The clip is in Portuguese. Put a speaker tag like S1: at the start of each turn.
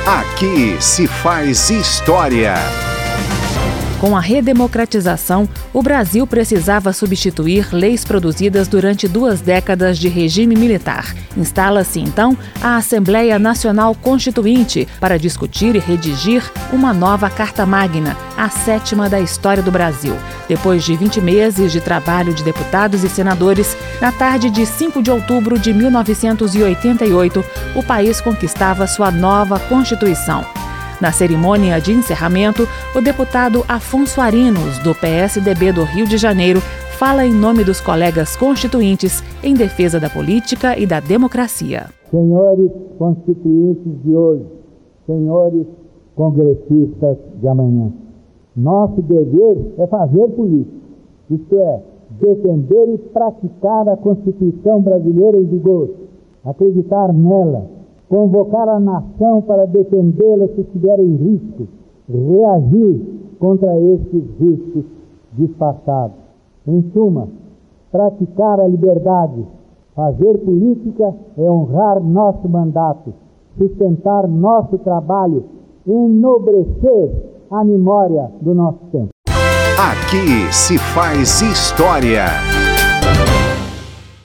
S1: Aqui se faz história.
S2: Com a redemocratização, o Brasil precisava substituir leis produzidas durante 2 décadas de regime militar. Instala-se, então, a Assembleia Nacional Constituinte para discutir e redigir uma nova Carta Magna, a 7ª da história do Brasil. Depois de 20 meses de trabalho de deputados e senadores, na tarde de 5 de outubro de 1988, o país conquistava sua nova Constituição. Na cerimônia de encerramento, o deputado Afonso Arinos, do PSDB do Rio de Janeiro, fala em nome dos colegas constituintes em defesa da política e da democracia.
S3: Senhores constituintes de hoje, senhores congressistas de amanhã, nosso dever é fazer política, isto é, defender e praticar a Constituição brasileira em vigor, acreditar nela, convocar a nação para defendê-la se estiver em risco, reagir contra esses riscos disfarçados. Em suma, praticar a liberdade, fazer política é honrar nosso mandato, sustentar nosso trabalho, enobrecer a memória do nosso tempo.
S1: Aqui se faz história.